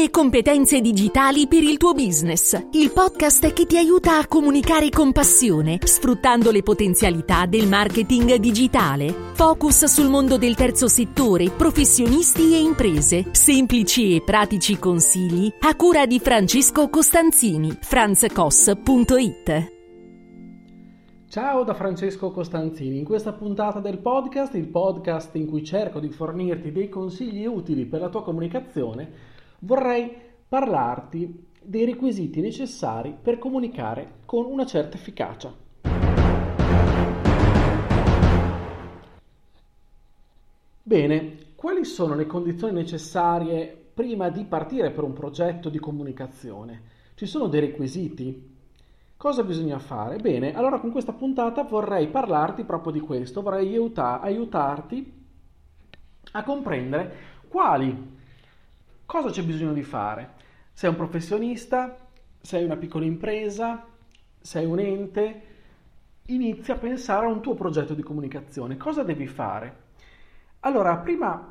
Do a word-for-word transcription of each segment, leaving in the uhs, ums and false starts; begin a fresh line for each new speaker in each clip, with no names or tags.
e competenze digitali per il tuo business. Il podcast che ti aiuta a comunicare con passione, sfruttando le potenzialità del marketing digitale. Focus sul mondo del terzo settore, professionisti e imprese. Semplici e pratici consigli a cura di Francesco Costanzini. franz cos punto it.
Ciao da Francesco Costanzini. In questa puntata del podcast, il podcast in cui cerco di fornirti dei consigli utili per la tua comunicazione, vorrei parlarti dei requisiti necessari per comunicare con una certa efficacia. Bene, quali sono le condizioni necessarie prima di partire per un progetto di comunicazione? Ci sono dei requisiti? Cosa bisogna fare? Bene, allora con questa puntata vorrei parlarti proprio di questo, vorrei aiuta- aiutarti a comprendere quali, cosa c'è bisogno di fare. Sei un professionista, sei una piccola impresa, sei un ente, inizia a pensare a un tuo progetto di comunicazione. Cosa devi fare? Allora, prima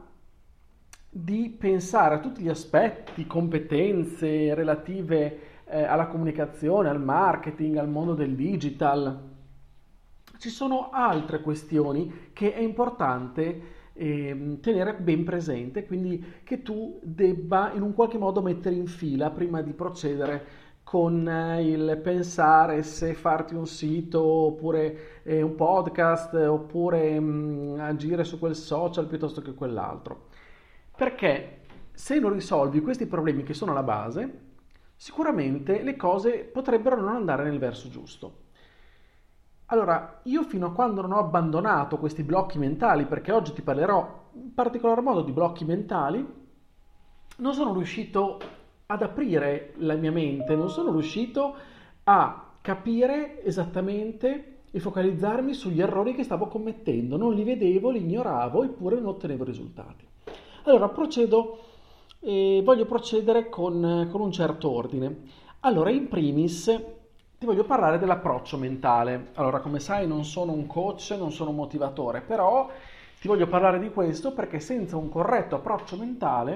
di pensare a tutti gli aspetti, competenze relative eh, alla comunicazione, al marketing, al mondo del digital, ci sono altre questioni che è importante eh, tenere ben presente, quindi che tu debba in un qualche modo mettere in fila prima di procedere con eh, il pensare se farti un sito oppure eh, un podcast oppure mh, agire su quel social piuttosto che quell'altro. Perché se non risolvi questi problemi che sono alla base, sicuramente le cose potrebbero non andare nel verso giusto. Allora, io fino a quando non ho abbandonato questi blocchi mentali, perché oggi ti parlerò in particolar modo di blocchi mentali, non sono riuscito ad aprire la mia mente, non sono riuscito a capire esattamente e focalizzarmi sugli errori che stavo commettendo. Non li vedevo, li ignoravo, eppure non ottenevo risultati. Allora, procedo, eh, voglio procedere con, con un certo ordine. Allora, in primis, ti voglio parlare dell'approccio mentale. Allora, come sai, non sono un coach, non sono un motivatore, però ti voglio parlare di questo perché senza un corretto approccio mentale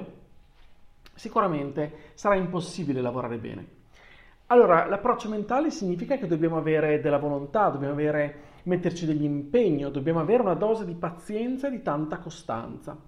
sicuramente sarà impossibile lavorare bene. Allora, l'approccio mentale significa che dobbiamo avere della volontà, dobbiamo avere, metterci dell'impegno, dobbiamo avere una dose di pazienza e di tanta costanza.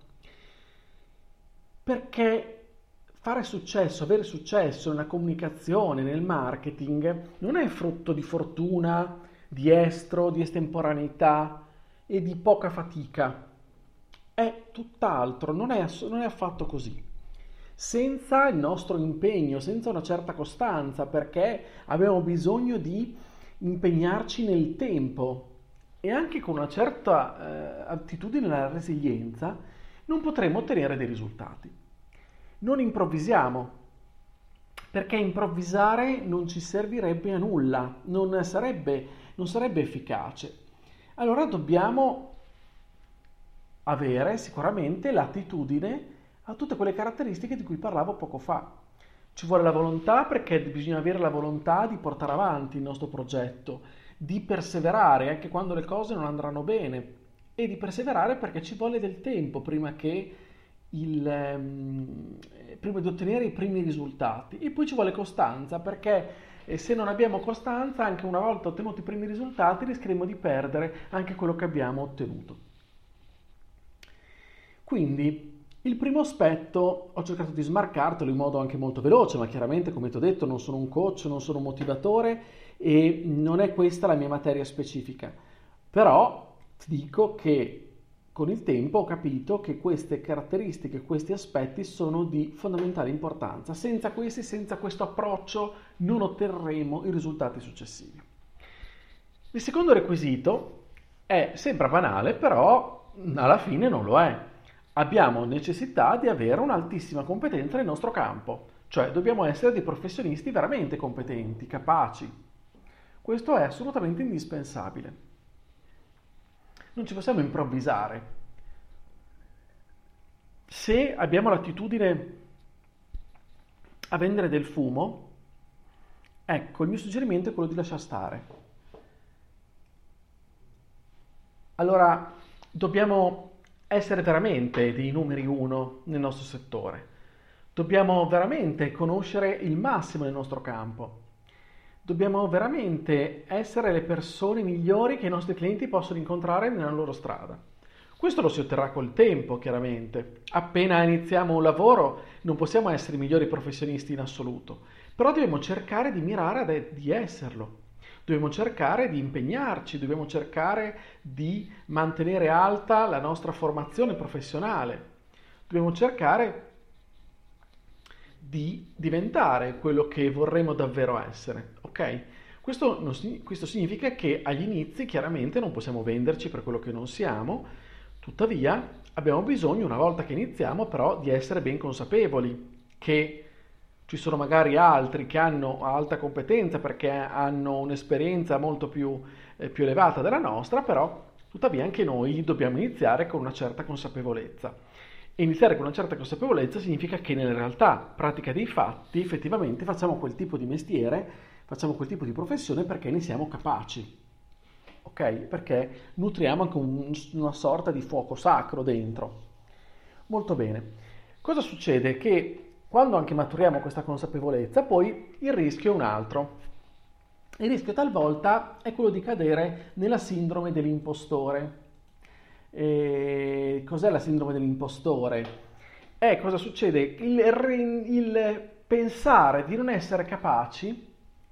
Perché fare successo, avere successo nella comunicazione, nel marketing, non è frutto di fortuna, di estro, di estemporaneità e di poca fatica. È tutt'altro, non è, non è affatto così. Senza il nostro impegno, senza una certa costanza, perché abbiamo bisogno di impegnarci nel tempo e anche con una certa eh, attitudine alla resilienza, non potremo ottenere dei risultati. Non improvvisiamo, perché improvvisare non ci servirebbe a nulla, non sarebbe, non sarebbe efficace. Allora dobbiamo avere sicuramente l'attitudine a tutte quelle caratteristiche di cui parlavo poco fa. Ci vuole la volontà perché bisogna avere la volontà di portare avanti il nostro progetto, di perseverare anche quando le cose non andranno bene e di perseverare perché ci vuole del tempo prima che il, ehm, prima di ottenere i primi risultati. E poi ci vuole costanza perché eh, se non abbiamo costanza, anche una volta ottenuti i primi risultati, rischieremo di perdere anche quello che abbiamo ottenuto. Quindi il primo aspetto ho cercato di smarcartelo in modo anche molto veloce, ma chiaramente, come ti ho detto, non sono un coach, non sono un motivatore e non è questa la mia materia specifica. Però ti dico che con il tempo ho capito che queste caratteristiche, questi aspetti sono di fondamentale importanza. Senza questi, senza questo approccio, non otterremo i risultati successivi. Il secondo requisito è sempre banale, però alla fine non lo è. Abbiamo necessità di avere un'altissima competenza nel nostro campo, cioè dobbiamo essere dei professionisti veramente competenti, capaci. Questo è assolutamente indispensabile. Non ci possiamo improvvisare. Se abbiamo l'attitudine a vendere del fumo, ecco, il mio suggerimento è quello di lasciar stare. Allora, dobbiamo essere veramente dei numeri uno nel nostro settore. Dobbiamo veramente conoscere il massimo nel nostro campo. Dobbiamo veramente essere le persone migliori che i nostri clienti possono incontrare nella loro strada. Questo lo si otterrà col tempo, chiaramente. Appena iniziamo un lavoro non possiamo essere i migliori professionisti in assoluto, però dobbiamo cercare di mirare ad e- di esserlo. Dobbiamo cercare di impegnarci, dobbiamo cercare di mantenere alta la nostra formazione professionale. Dobbiamo cercare di diventare quello che vorremmo davvero essere, ok? Questo, non si- questo significa che agli inizi chiaramente non possiamo venderci per quello che non siamo, tuttavia abbiamo bisogno, una volta che iniziamo, però di essere ben consapevoli che ci sono magari altri che hanno alta competenza perché hanno un'esperienza molto più, eh, più elevata della nostra, però tuttavia anche noi dobbiamo iniziare con una certa consapevolezza. E iniziare con una certa consapevolezza significa che nella realtà, pratica dei fatti, effettivamente facciamo quel tipo di mestiere, facciamo quel tipo di professione perché ne siamo capaci, ok? Perché nutriamo anche un- una sorta di fuoco sacro dentro. Molto bene. Cosa succede? Che quando anche maturiamo questa consapevolezza, poi il rischio è un altro. Il rischio talvolta è quello di cadere nella sindrome dell'impostore. E cos'è la sindrome dell'impostore? È cosa succede? Il, il pensare di non essere capaci,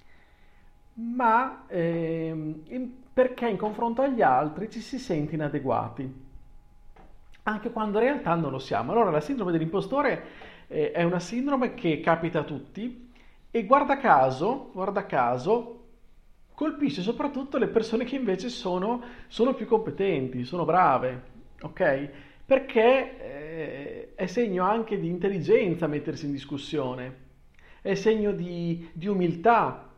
ma ehm, in- perché in confronto agli altri ci si sente inadeguati, anche quando in realtà non lo siamo. Allora la sindrome dell'impostore eh, è una sindrome che capita a tutti e guarda caso, guarda caso, colpisce soprattutto le persone che invece sono, sono più competenti, sono brave, ok? Perché eh, è segno anche di intelligenza mettersi in discussione, è segno di, di umiltà,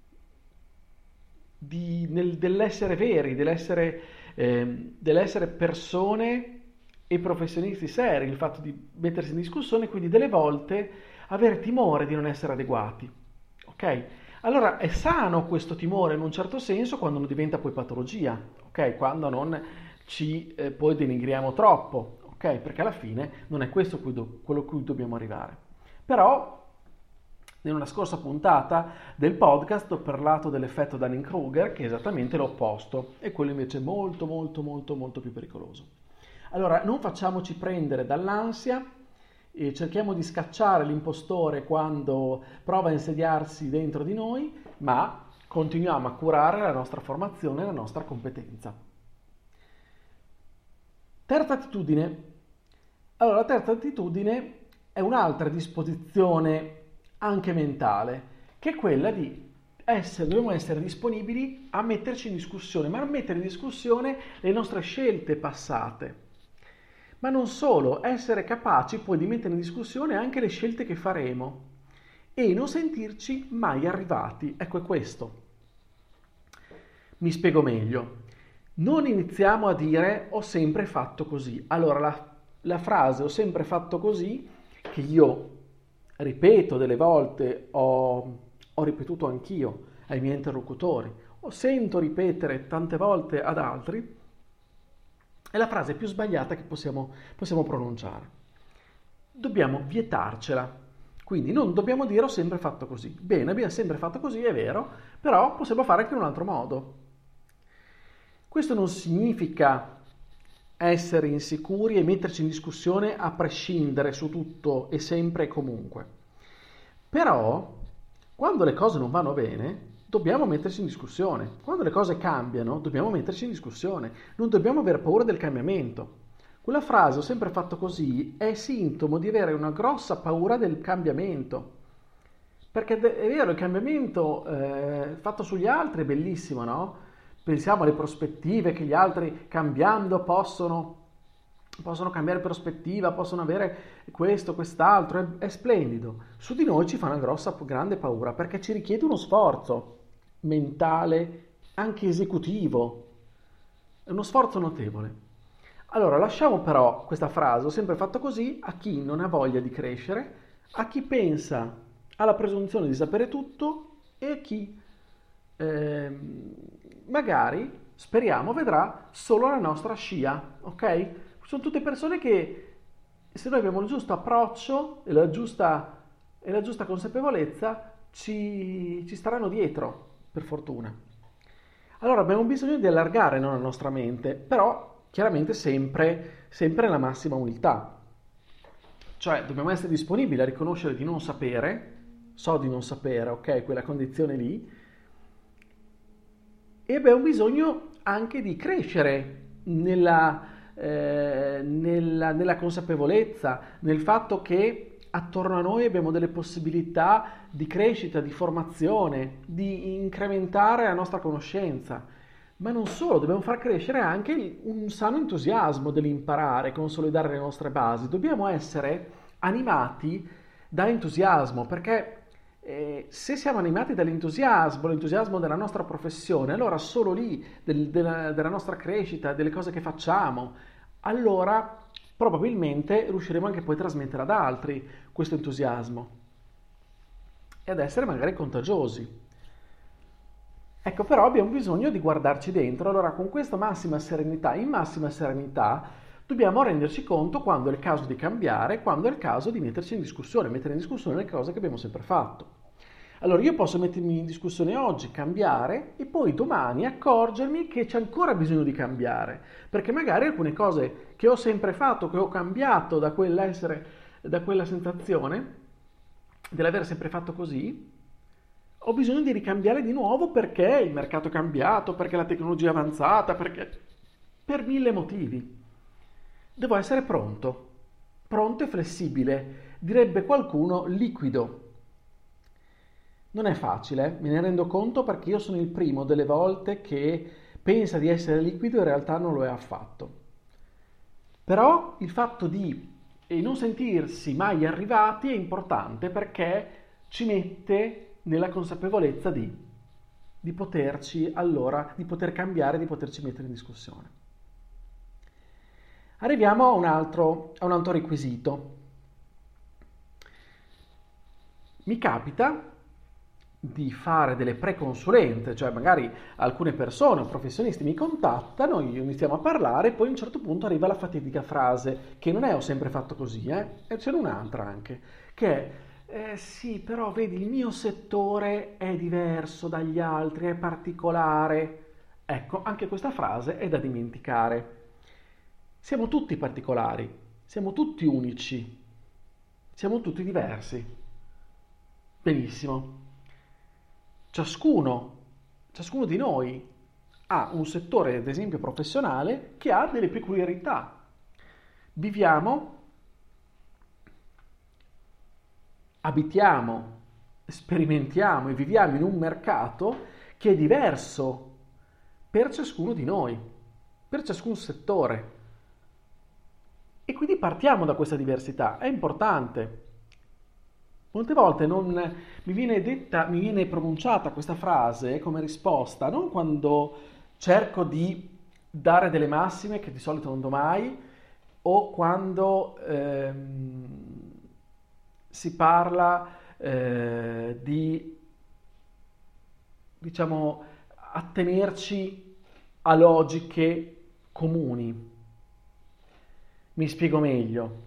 di- nel- dell'essere veri, dell'essere ehm, dell'essere persone e professionisti seri, il fatto di mettersi in discussione, quindi delle volte avere timore di non essere adeguati, ok? Allora è sano questo timore in un certo senso quando non diventa poi patologia, ok? Quando non ci eh, poi denigriamo troppo, ok? Perché alla fine non è questo cui do- quello a cui dobbiamo arrivare. Però in una scorsa puntata del podcast ho parlato dell'effetto Dunning-Kruger, che è esattamente l'opposto, e quello invece è molto molto molto molto più pericoloso. Allora, non facciamoci prendere dall'ansia e cerchiamo di scacciare l'impostore quando prova a insediarsi dentro di noi, ma continuiamo a curare la nostra formazione e la nostra competenza. Terza attitudine. Allora, la terza attitudine è un'altra disposizione anche mentale, che è quella di essere, dobbiamo essere disponibili a metterci in discussione, ma a mettere in discussione le nostre scelte passate. Ma non solo, essere capaci poi di mettere in discussione anche le scelte che faremo e non sentirci mai arrivati. Ecco, è questo. Mi spiego meglio. Non iniziamo a dire ho sempre fatto così. Allora, la, la frase ho sempre fatto così, che io ripeto delle volte, ho, ho ripetuto anch'io ai miei interlocutori, o sento ripetere tante volte ad altri, è la frase più sbagliata che possiamo, possiamo pronunciare. Dobbiamo vietarcela. Quindi non dobbiamo dire ho sempre fatto così. Bene, abbiamo sempre fatto così, è vero, però possiamo fare anche in un altro modo. Questo non significa essere insicuri e metterci in discussione a prescindere su tutto e sempre e comunque. Però, quando le cose non vanno bene, dobbiamo metterci in discussione. Quando le cose cambiano, dobbiamo metterci in discussione. Non dobbiamo avere paura del cambiamento. Quella frase, ho sempre fatto così, è sintomo di avere una grossa paura del cambiamento. Perché è vero, il cambiamento eh, fatto sugli altri è bellissimo, no? Pensiamo alle prospettive che gli altri cambiando possono, possono cambiare prospettiva, possono avere questo, quest'altro, è, è splendido. Su di noi ci fa una grossa, grande paura perché ci richiede uno sforzo mentale, anche esecutivo, è uno sforzo notevole. Allora lasciamo però questa frase, ho sempre fatto così, a chi non ha voglia di crescere, a chi pensa alla presunzione di sapere tutto e a chi eh, magari, speriamo, vedrà solo la nostra scia, ok? Sono tutte persone che se noi abbiamo il giusto approccio e la giusta, e la giusta consapevolezza, ci, ci staranno dietro, per fortuna. Allora abbiamo bisogno di allargare, no, la nostra mente, però chiaramente sempre, sempre la massima umiltà. Cioè dobbiamo essere disponibili a riconoscere di non sapere, so di non sapere, ok, quella condizione lì, e abbiamo bisogno anche di crescere nella, eh, nella, nella consapevolezza, nel fatto che attorno a noi abbiamo delle possibilità di crescita, di formazione, di incrementare la nostra conoscenza. Ma non solo, dobbiamo far crescere anche un sano entusiasmo dell'imparare, consolidare le nostre basi. Dobbiamo essere animati da entusiasmo, perché eh, se siamo animati dall'entusiasmo, l'entusiasmo della nostra professione, allora solo lì, del, della, della nostra crescita, delle cose che facciamo, allora probabilmente riusciremo anche poi a trasmettere ad altri questo entusiasmo e ad essere magari contagiosi. Ecco, però abbiamo bisogno di guardarci dentro. Allora, con questa massima serenità, in massima serenità, dobbiamo renderci conto quando è il caso di cambiare, quando è il caso di metterci in discussione, mettere in discussione le cose che abbiamo sempre fatto. Allora, io posso mettermi in discussione oggi, cambiare, e poi domani accorgermi che c'è ancora bisogno di cambiare, perché magari alcune cose che ho sempre fatto, che ho cambiato da quell'essere, da quella sensazione, dell'aver sempre fatto così, ho bisogno di ricambiare di nuovo perché il mercato è cambiato, perché la tecnologia è avanzata, perché per mille motivi. Devo essere pronto, pronto e flessibile, direbbe qualcuno liquido. Non è facile, me ne rendo conto, perché io sono il primo delle volte che pensa di essere liquido e in realtà non lo è affatto. Però il fatto di non sentirsi mai arrivati è importante, perché ci mette nella consapevolezza di, di poterci allora, di poter cambiare, di poterci mettere in discussione. Arriviamo a un altro, a un altro requisito. Mi capita di fare delle preconsulenze, cioè magari alcune persone o professionisti mi contattano, io iniziamo a parlare, poi a un certo punto arriva la fatidica frase, che non è ho sempre fatto così, eh? E c'è un'altra anche, che è Eh, sì, però vedi, il mio settore è diverso dagli altri, è particolare. Ecco, anche questa frase è da dimenticare. Siamo tutti particolari, siamo tutti unici, siamo tutti diversi. Benissimo. Ciascuno, ciascuno di noi ha un settore, ad esempio professionale, che ha delle peculiarità. Viviamo, abitiamo, sperimentiamo e viviamo in un mercato che è diverso per ciascuno di noi, per ciascun settore. E quindi partiamo da questa diversità, è importante. Molte volte non mi viene detta, mi viene pronunciata questa frase come risposta, non quando cerco di dare delle massime, che di solito non do mai, o quando ehm, si parla eh, di, diciamo, attenerci a logiche comuni. Mi spiego meglio.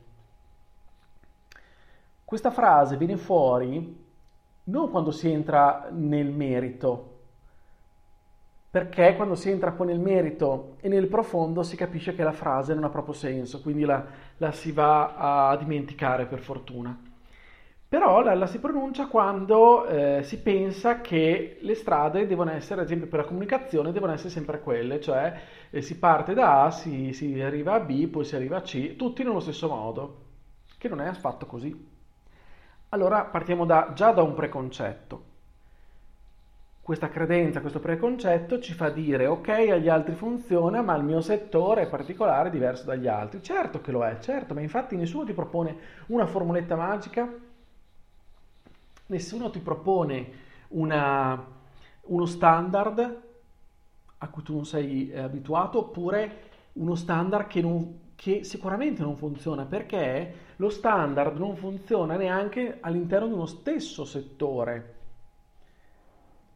Questa frase viene fuori non quando si entra nel merito, perché quando si entra poi nel merito e nel profondo si capisce che la frase non ha proprio senso, quindi la, la si va a dimenticare, per fortuna. Però la, la si pronuncia quando eh, si pensa che le strade devono essere, ad esempio per la comunicazione, devono essere sempre quelle, cioè eh, si parte da A, si, si arriva a B, poi si arriva a C, tutti nello stesso modo, che non è affatto così. Allora partiamo da, già da un preconcetto. Questa credenza, questo preconcetto ci fa dire ok, agli altri funziona, ma il mio settore è particolare, diverso dagli altri. Certo che lo è, certo, ma infatti nessuno ti propone una formuletta magica, nessuno ti propone una, uno standard a cui tu non sei eh, abituato, oppure uno standard che, non, che sicuramente non funziona, perché lo standard non funziona neanche all'interno di uno stesso settore.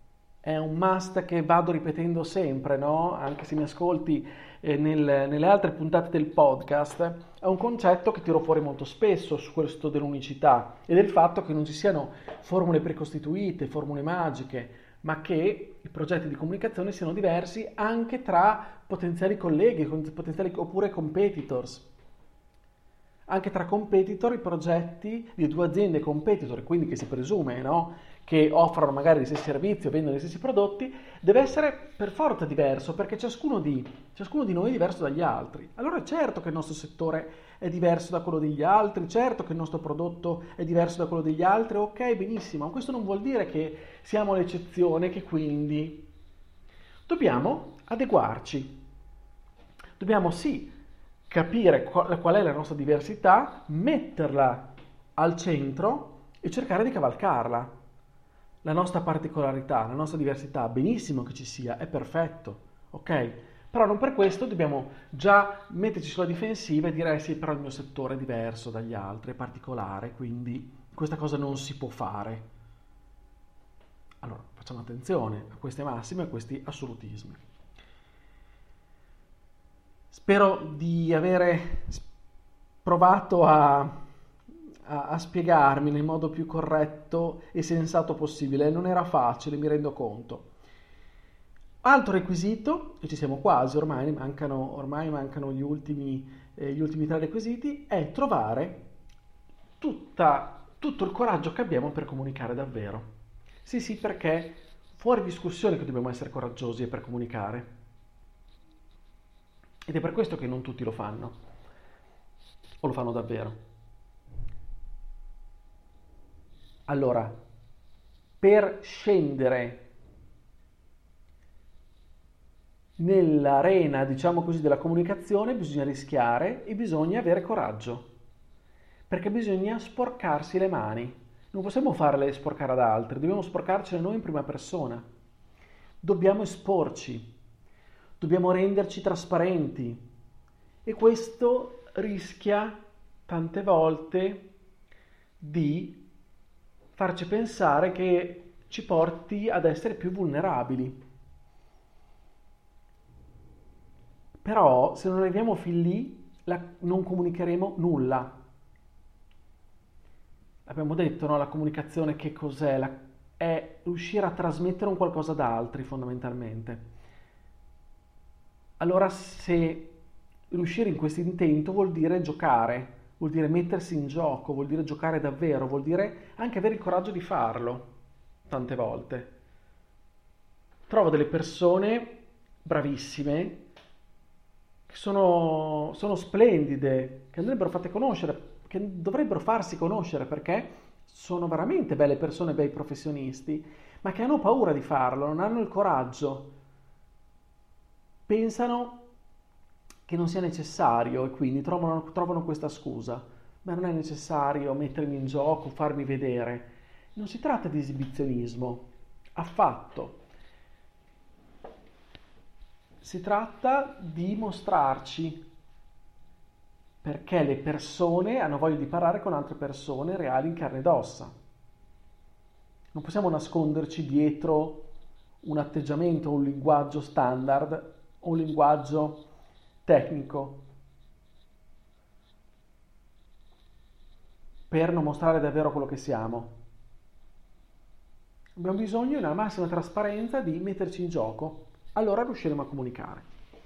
è un must che vado ripetendo sempre, no? Anche se mi ascolti eh, nel- nelle altre puntate del podcast, è un concetto che tiro fuori molto spesso su questo dell'unicità e del fatto che non ci siano formule precostituite, formule magiche, ma che i progetti di comunicazione siano diversi anche tra potenziali colleghi, con- potenziali oppure competitors. Anche tra competitor, i progetti di due aziende competitor, quindi che si presume, no, che offrono magari gli stessi servizi o vendono gli stessi prodotti, deve essere per forza diverso, perché ciascuno di, ciascuno di noi è diverso dagli altri. Allora è certo che il nostro settore è diverso da quello degli altri, certo che il nostro prodotto è diverso da quello degli altri, ok, benissimo, ma questo non vuol dire che siamo l'eccezione, che quindi dobbiamo adeguarci. Dobbiamo sì capire qual qual è la nostra diversità, metterla al centro e cercare di cavalcarla. La nostra particolarità, la nostra diversità, benissimo che ci sia, è perfetto, ok? Però non per questo dobbiamo già metterci sulla difensiva e dire, eh sì, però il mio settore è diverso dagli altri, è particolare, quindi questa cosa non si può fare. Allora, facciamo attenzione a queste massime e a questi assolutismi. Spero di avere s- provato a, a- a spiegarmi nel modo più corretto e sensato possibile. Non era facile, mi rendo conto. Altro requisito, e ci siamo quasi, ormai mancano, ormai mancano gli ultimi, eh, gli ultimi tre requisiti, è trovare tutta- tutto il coraggio che abbiamo per comunicare davvero. Sì, sì, perché fuori discussione che dobbiamo essere coraggiosi e per comunicare. Ed è per questo che non tutti lo fanno, o lo fanno davvero. Allora, per scendere nell'arena, diciamo così, della comunicazione bisogna rischiare e bisogna avere coraggio, perché bisogna sporcarsi le mani. Non possiamo farle sporcare ad altri, dobbiamo sporcarcele noi in prima persona. Dobbiamo esporci, dobbiamo renderci trasparenti e questo rischia tante volte di farci pensare che ci porti ad essere più vulnerabili. Però se non arriviamo fin lì la- non comunicheremo nulla. Abbiamo detto, no? La comunicazione che cos'è? La- è riuscire a trasmettere un qualcosa ad altri fondamentalmente. Allora se riuscire in questo intento vuol dire giocare, vuol dire mettersi in gioco, vuol dire giocare davvero, vuol dire anche avere il coraggio di farlo, tante volte. Trovo delle persone bravissime, che sono, sono splendide, che andrebbero fatte conoscere, che dovrebbero farsi conoscere perché sono veramente belle persone, bei professionisti, ma che hanno paura di farlo, non hanno il coraggio, pensano che non sia necessario e quindi trovano, trovano questa scusa. Ma non è necessario mettermi in gioco, farmi vedere. Non si tratta di esibizionismo, affatto. Si tratta di mostrarci perché le persone hanno voglia di parlare con altre persone reali in carne ed ossa. Non possiamo nasconderci dietro un atteggiamento, un linguaggio standard, un linguaggio tecnico per non mostrare davvero quello che siamo. Abbiamo bisogno in una massima trasparenza di metterci in gioco, allora riusciremo a comunicare.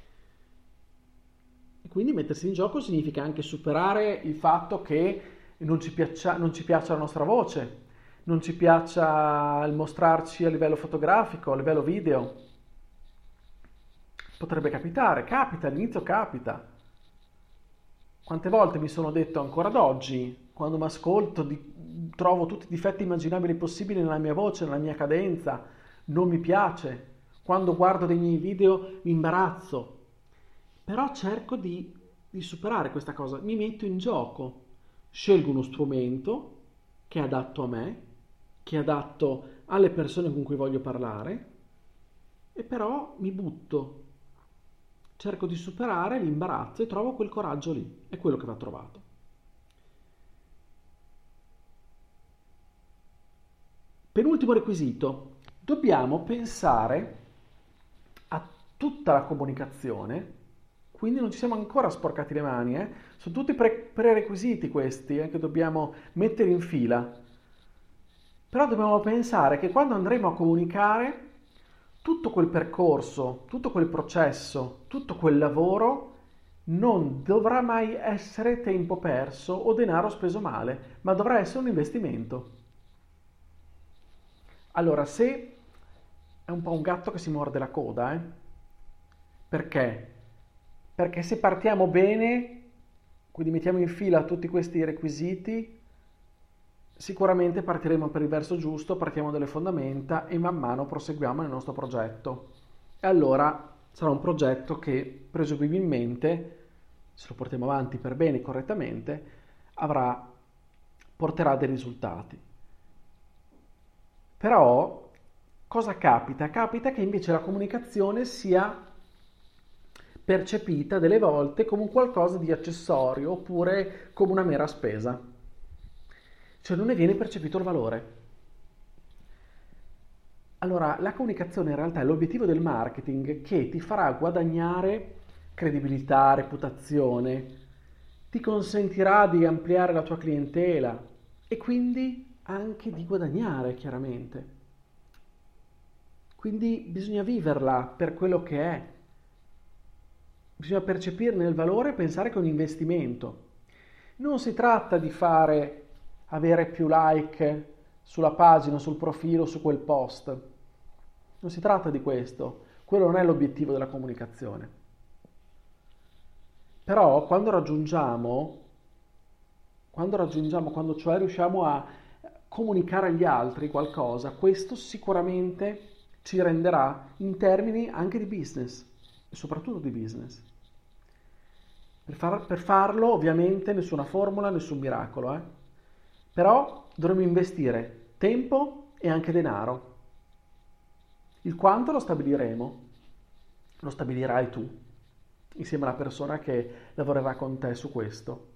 E quindi mettersi in gioco significa anche superare il fatto che non ci piaccia, non ci piaccia la nostra voce, non ci piaccia il mostrarci a livello fotografico, a livello video. Potrebbe capitare, capita, all'inizio capita. Quante volte mi sono detto ancora ad oggi, quando mi ascolto, di- trovo tutti i difetti immaginabili possibili nella mia voce, nella mia cadenza, non mi piace. Quando guardo dei miei video mi imbarazzo. Però cerco di, di superare questa cosa, mi metto in gioco, scelgo uno strumento che è adatto a me, che è adatto alle persone con cui voglio parlare, e però mi butto, cerco di superare l'imbarazzo e trovo quel coraggio lì, è quello che va trovato. Penultimo requisito, dobbiamo pensare a tutta la comunicazione, quindi non ci siamo ancora sporcati le mani, eh? Sono tutti pre- prerequisiti questi eh, che dobbiamo mettere in fila. Però dobbiamo pensare che quando andremo a comunicare, tutto quel percorso, tutto quel processo, tutto quel lavoro non dovrà mai essere tempo perso o denaro speso male, ma dovrà essere un investimento. Allora, se è un po' un gatto che si morde la coda, eh? Perché? Perché se partiamo bene, quindi mettiamo in fila tutti questi requisiti, sicuramente partiremo per il verso giusto, partiamo dalle fondamenta e man mano proseguiamo nel nostro progetto. E allora sarà un progetto che presumibilmente, se lo portiamo avanti per bene e correttamente, avrà, porterà dei risultati. Però cosa capita? Capita che invece la comunicazione sia percepita delle volte come un qualcosa di accessorio oppure come una mera spesa. Cioè non ne viene percepito il valore. Allora, la comunicazione in realtà è l'obiettivo del marketing che ti farà guadagnare credibilità, reputazione, ti consentirà di ampliare la tua clientela e quindi anche di guadagnare, chiaramente. Quindi bisogna viverla per quello che è. Bisogna percepirne il valore e pensare che è un investimento. Non si tratta di fare, avere più like sulla pagina, sul profilo, su quel post. Non si tratta di questo. Quello non è l'obiettivo della comunicazione. Però quando raggiungiamo, quando raggiungiamo, quando cioè riusciamo a comunicare agli altri qualcosa, questo sicuramente ci renderà in termini anche di business, e soprattutto di business. Per, far, per farlo ovviamente nessuna formula, nessun miracolo, eh? Però dovremo investire tempo e anche denaro. Il quanto lo stabiliremo, lo stabilirai tu, insieme alla persona che lavorerà con te su questo.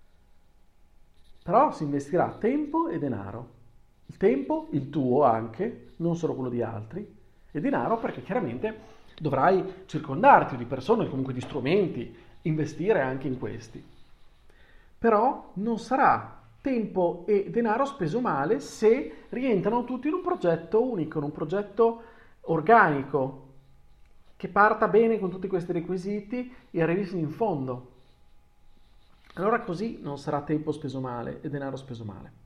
Però si investirà tempo e denaro. Il tempo, il tuo anche, non solo quello di altri, e denaro perché chiaramente dovrai circondarti di persone, comunque di strumenti, investire anche in questi. Però non sarà tempo e denaro speso male se rientrano tutti in un progetto unico, in un progetto organico, che parta bene con tutti questi requisiti e arrivi fino in fondo. Allora così non sarà tempo speso male e denaro speso male.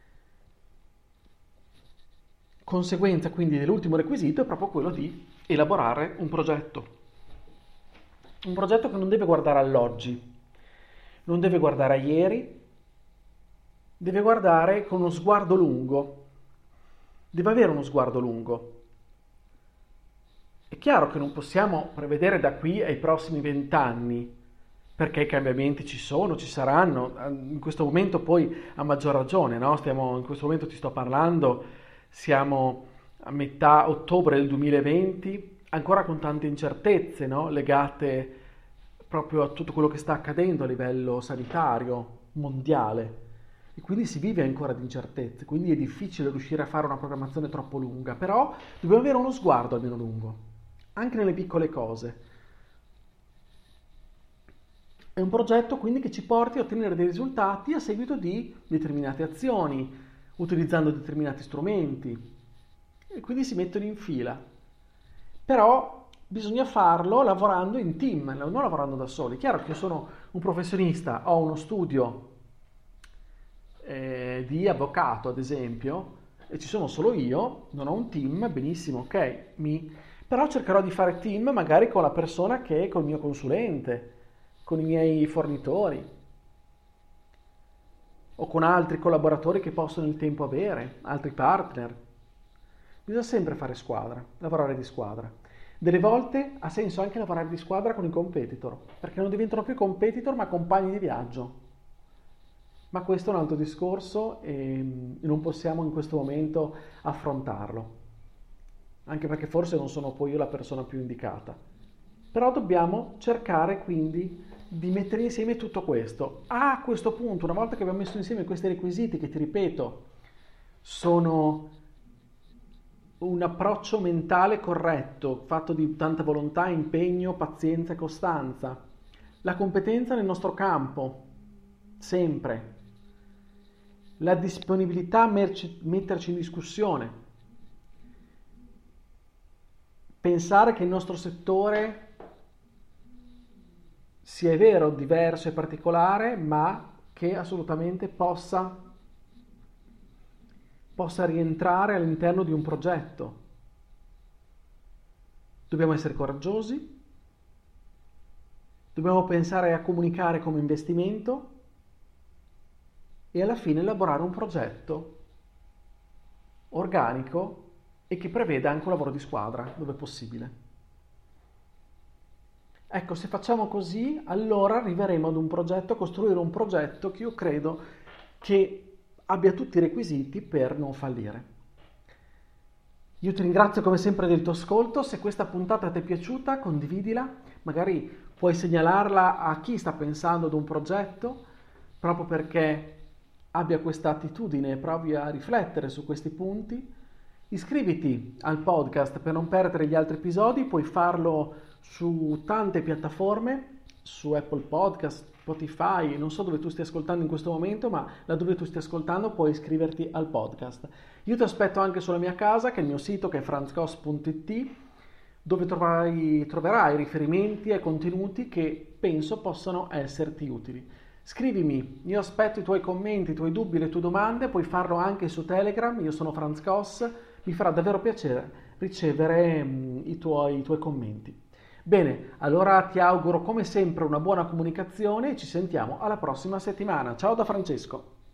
Conseguenza quindi dell'ultimo requisito è proprio quello di elaborare un progetto. Un progetto che non deve guardare all'oggi, non deve guardare a ieri, deve guardare con uno sguardo lungo, deve avere uno sguardo lungo. È chiaro che non possiamo prevedere da qui ai prossimi vent'anni, perché i cambiamenti ci sono, ci saranno, in questo momento poi a maggior ragione, no? Stiamo, in questo momento ti sto parlando, siamo a metà ottobre del duemilaventi, ancora con tante incertezze, no? Legate proprio a tutto quello che sta accadendo a livello sanitario, mondiale. E quindi si vive ancora di incertezze, quindi è difficile riuscire a fare una programmazione troppo lunga, però dobbiamo avere uno sguardo almeno lungo, anche nelle piccole cose. È un progetto quindi che ci porti a ottenere dei risultati a seguito di determinate azioni, utilizzando determinati strumenti, e quindi si mettono in fila. Però bisogna farlo lavorando in team, non lavorando da soli. È chiaro che io sono un professionista, ho uno studio eh, di avvocato, ad esempio, e ci sono solo io, non ho un team, benissimo, ok, mi... però cercherò di fare team magari con la persona che è col mio consulente, con i miei fornitori o con altri collaboratori che posso nel tempo avere, altri partner. Bisogna sempre fare squadra, lavorare di squadra. Delle volte ha senso anche lavorare di squadra con i competitor, perché non diventano più competitor ma compagni di viaggio. Ma questo è un altro discorso e non possiamo in questo momento affrontarlo, anche perché forse non sono poi io la persona più indicata. Però dobbiamo cercare quindi di mettere insieme tutto questo. A questo punto, una volta che abbiamo messo insieme questi requisiti, che ti ripeto, sono un approccio mentale corretto, fatto di tanta volontà, impegno, pazienza e costanza. La competenza nel nostro campo, sempre. La disponibilità a merci- metterci in discussione. Pensare che il nostro settore sia, è vero, diverso e particolare, ma che assolutamente possa, possa rientrare all'interno di un progetto. Dobbiamo essere coraggiosi, dobbiamo pensare a comunicare come investimento e alla fine elaborare un progetto organico e che preveda anche un lavoro di squadra, dove è possibile. Ecco, se facciamo così, allora arriveremo ad un progetto, a costruire un progetto che io credo che abbia tutti i requisiti per non fallire. Io ti ringrazio come sempre del tuo ascolto. Se questa puntata ti è piaciuta, condividila, magari puoi segnalarla a chi sta pensando ad un progetto, proprio perché abbia questa attitudine, provi a riflettere su questi punti. Iscriviti al podcast per non perdere gli altri episodi, puoi farlo su tante piattaforme, su Apple Podcast, Spotify, non so dove tu stia ascoltando in questo momento, ma laddove tu stia ascoltando puoi iscriverti al podcast. Io ti aspetto anche sulla mia casa, che è il mio sito, che è franz cos punto it, dove troverai, troverai riferimenti e contenuti che penso possano esserti utili. Scrivimi, io aspetto i tuoi commenti, i tuoi dubbi, le tue domande, puoi farlo anche su Telegram, io sono Franz Cos, mi farà davvero piacere ricevere mh, i, tuoi, i tuoi commenti. Bene, allora ti auguro come sempre una buona comunicazione e ci sentiamo alla prossima settimana. Ciao da Francesco!